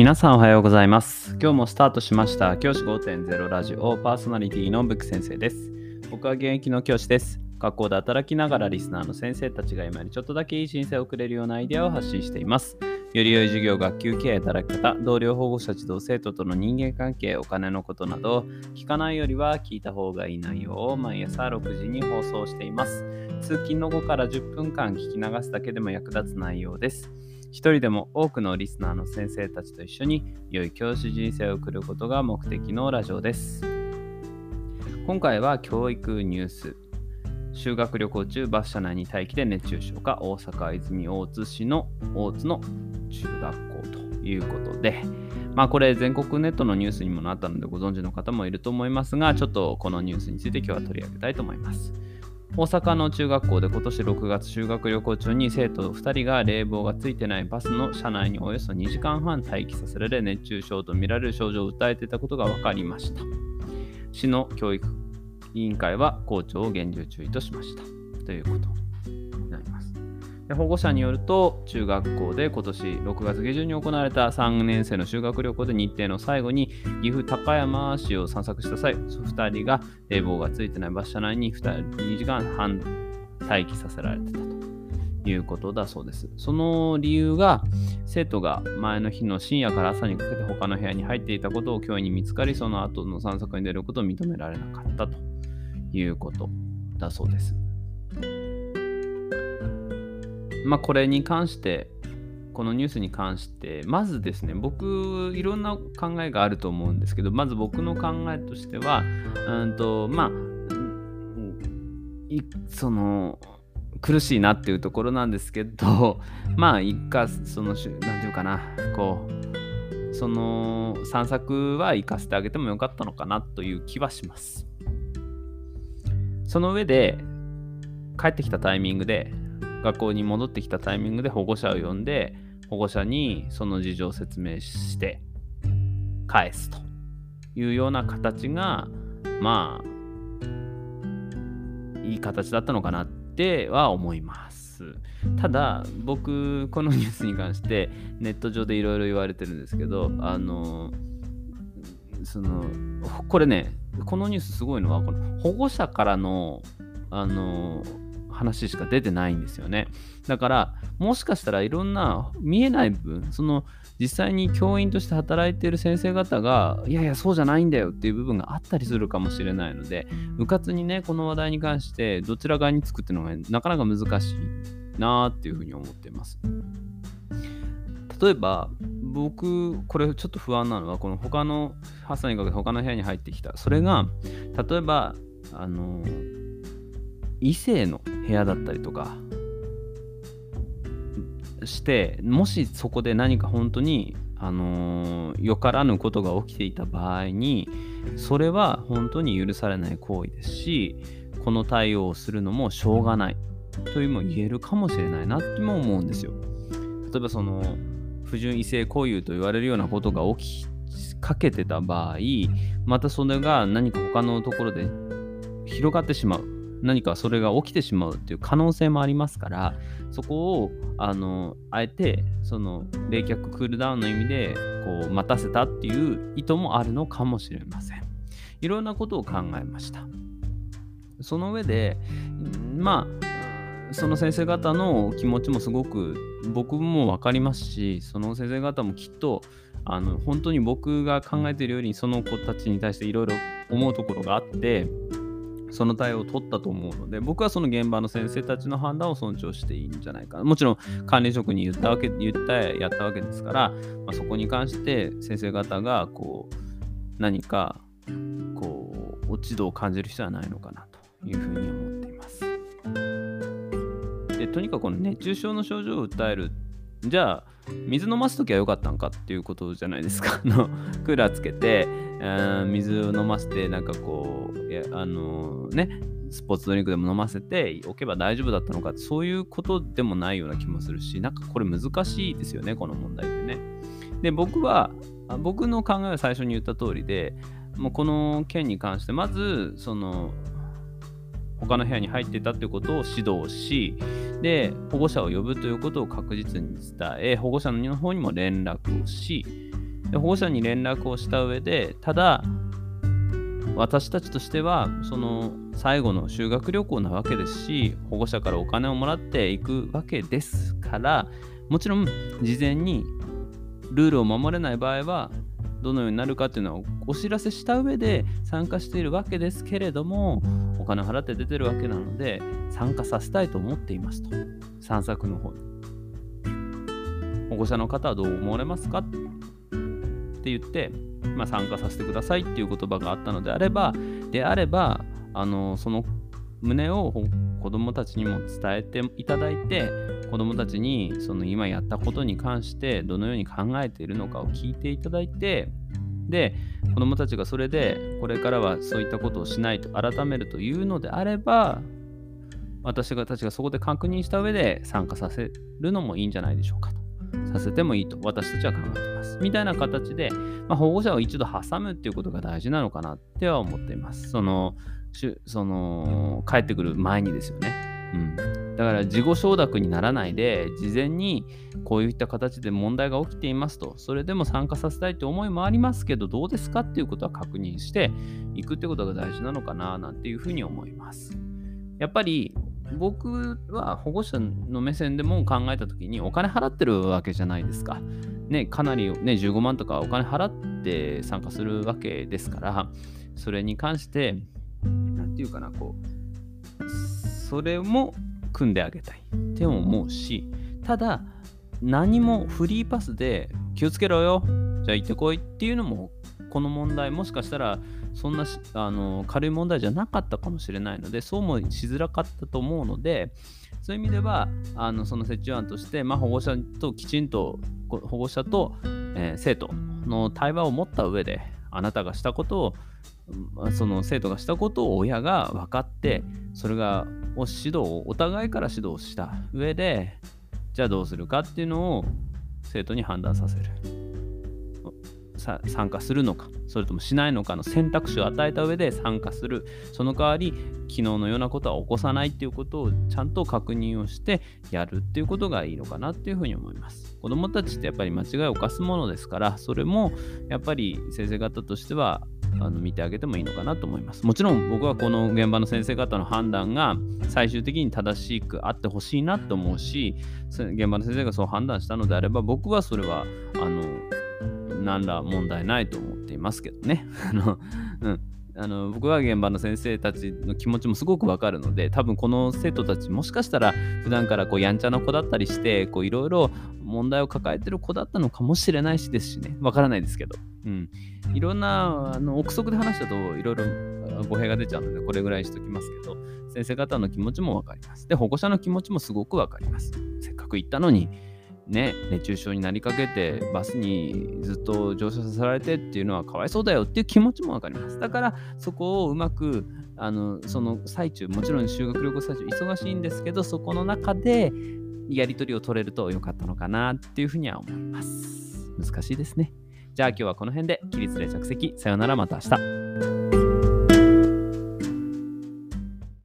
皆さんおはようございます。今日もスタートしました教師 5.0 ラジオパーソナリティのブック先生です。僕は現役の教師です。学校で働きながらリスナーの先生たちが今よりちょっとだけいい人生を送れるようなアイデアを発信しています。より良い授業、学級ケア、働き方、同僚、保護者、児童、生徒との人間関係、お金のことなど聞かないよりは聞いた方がいい内容を毎朝6時に放送しています。通勤の後から10分間聞き流すだけでも役立つ内容です。一人でも多くのリスナーの先生たちと一緒に良い教師人生を送ることが目的のラジオです。今回は教育ニュース。修学旅行中バス車内に待機で熱中症か、大阪泉大津市の大津の中学校ということで、これ全国ネットのニュースにもなったのでご存知の方もいると思いますが、ちょっとこのニュースについて今日は取り上げたいと思います。大阪の中学校で今年6月修学旅行中に生徒2人が冷房がついてないバスの車内におよそ2時間半待機させられ熱中症とみられる症状を訴えていたことが分かりました。市の教育委員会は校長を厳重注意としましたということになります。で、保護者によると中学校で今年6月下旬に行われた3年生の修学旅行で日程の最後に岐阜高山市を散策した際、2人が冷房がついてないバス車内に2時間半待機させられてたということだそうです。その理由が生徒が前の日の深夜から朝にかけて他の部屋に入っていたことを教員に見つかり、その後の散策に出ることを認められなかったということだそうです。これに関して、このニュースに関して、まずですね、僕、いろんな考えがあると思うんですけど、まず僕の考えとしては、苦しいなっていうところなんですけど、なんていうかな、その散策は行かせてあげてもよかったのかなという気はします。その上で、帰ってきたタイミングで、学校に戻ってきたタイミングで保護者を呼んで、保護者にその事情を説明して返すというような形がいい形だったのかなっては思います。ただ僕このニュースに関してネット上でいろいろ言われてるんですけど、これね、このニュースすごいのはこの保護者からの話しか出てないんですよね。だからもしかしたらいろんな見えない部分、実際に教員として働いている先生方がいやそうじゃないんだよっていう部分があったりするかもしれないので、うかつにねこの話題に関してどちら側につくっていうのがなかなか難しいなっていうふうに思っています。例えば僕これちょっと不安なのは、この他の朝にかけて他の部屋に入ってきた、それが例えば異性の部屋だったりとかして、もしそこで何か本当によからぬことが起きていた場合に、それは本当に許されない行為ですし、この対応をするのもしょうがないというも言えるかもしれないなっても思うんですよ。例えば不純異性交友と言われるようなことが起きかけてた場合、またそれが何か他のところで広がってしまう、何かそれが起きてしまうっていう可能性もありますから、そこをあえて冷却クールダウンの意味で待たせたっていう意図もあるのかもしれません。いろんなことを考えました。その上でその先生方の気持ちもすごく僕も分かりますし、その先生方もきっと本当に僕が考えているよりその子たちに対していろいろ思うところがあって、その対応を取ったと思うので、僕はその現場の先生たちの判断を尊重していいんじゃないかな。もちろん管理職にやったわけですから、そこに関して先生方が何か落ち度を感じる必要はないのかなというふうに思っています。で、とにかくこの熱中症の症状を訴える、じゃあ水飲ますときは良かったんかっていうことじゃないですか。クーラーつけて水を飲ませて、スポーツドリンクでも飲ませておけば大丈夫だったのかって、そういうことでもないような気もするし、これ難しいですよね、この問題ってね。で、僕の考えは最初に言った通りで、もうこの件に関してまず他の部屋に入っていたということを指導し、で保護者を呼ぶということを確実に伝え、保護者の方にも連絡をし、 で保護者に連絡をした上で、ただ私たちとしてはその最後の修学旅行なわけですし、保護者からお金をもらっていくわけですから、もちろん事前にルールを守れない場合はどのようになるかっていうのをお知らせした上で参加しているわけですけれども、お金を払って出てるわけなので参加させたいと思っていますと。散策の方に保護者の方はどう思われますかって言って、参加させてくださいっていう言葉があったのであれば、その旨を子どもたちにも伝えていただいて、子どもたちにその今やったことに関してどのように考えているのかを聞いていただいて、で子どもたちがそれでこれからはそういったことをしないと改めるというのであれば、私たちがそこで確認した上で参加させるのもいいんじゃないでしょうかと。させてもいいと私たちは考えていますみたいな形で、保護者を一度挟むっていうことが大事なのかなっては思っています。帰ってくる前にですよね。だから事後承諾にならないで、事前にこういった形で問題が起きていますと、それでも参加させたいという思いもありますけど、どうですかっていうことは確認していくってことが大事なのかななんていうふうに思います。やっぱり僕は保護者の目線でも考えたときに、お金払ってるわけじゃないですか。かなり15万とかお金払って参加するわけですから、それに関して、なんていうかな、それも組んであげたいって思うし、ただ何もフリーパスで気をつけろよ、じゃあ行ってこいっていうのも、この問題もしかしたらそんな軽い問題じゃなかったかもしれないので、そうもしづらかったと思うので、そういう意味ではその折衷案として、保護者ときちんと保護者と、生徒の対話を持った上で、あなたがしたことをその生徒がしたことを親が分かって、それがお互いから指導した上で、じゃあどうするかっていうのを生徒に判断させる。参加するのかそれともしないのかの選択肢を与えた上で参加する。その代わり昨日のようなことは起こさないっていうことをちゃんと確認をしてやるっていうことがいいのかなっていうふうに思います。子どもたちってやっぱり間違いを犯すものですから、それもやっぱり先生方としては見てあげてもいいのかなと思います。もちろん僕はこの現場の先生方の判断が最終的に正しくあってほしいなと思うし、現場の先生がそう判断したのであれば、僕はそれは何ら問題ないと思っていますけどね。僕は現場の先生たちの気持ちもすごくわかるので、多分この生徒たちもしかしたら普段からやんちゃな子だったりしていろいろ問題を抱えてる子だったのかもしれないしですしね、わからないですけど、いろんな憶測で話したといろいろ語弊が出ちゃうので、これぐらいにしときますけど、先生方の気持ちもわかります。で、保護者の気持ちもすごくわかります。せっかく行ったのに熱中症になりかけてバスにずっと乗車させられてっていうのはかわいそうだよっていう気持ちもわかります。だからそこをうまくその最中、もちろん修学旅行最中忙しいんですけど、そこの中でやり取りを取れると良かったのかなっていうふうには思います。難しいですね。じゃあ今日はこの辺で。起立例着席。さよなら、また明日。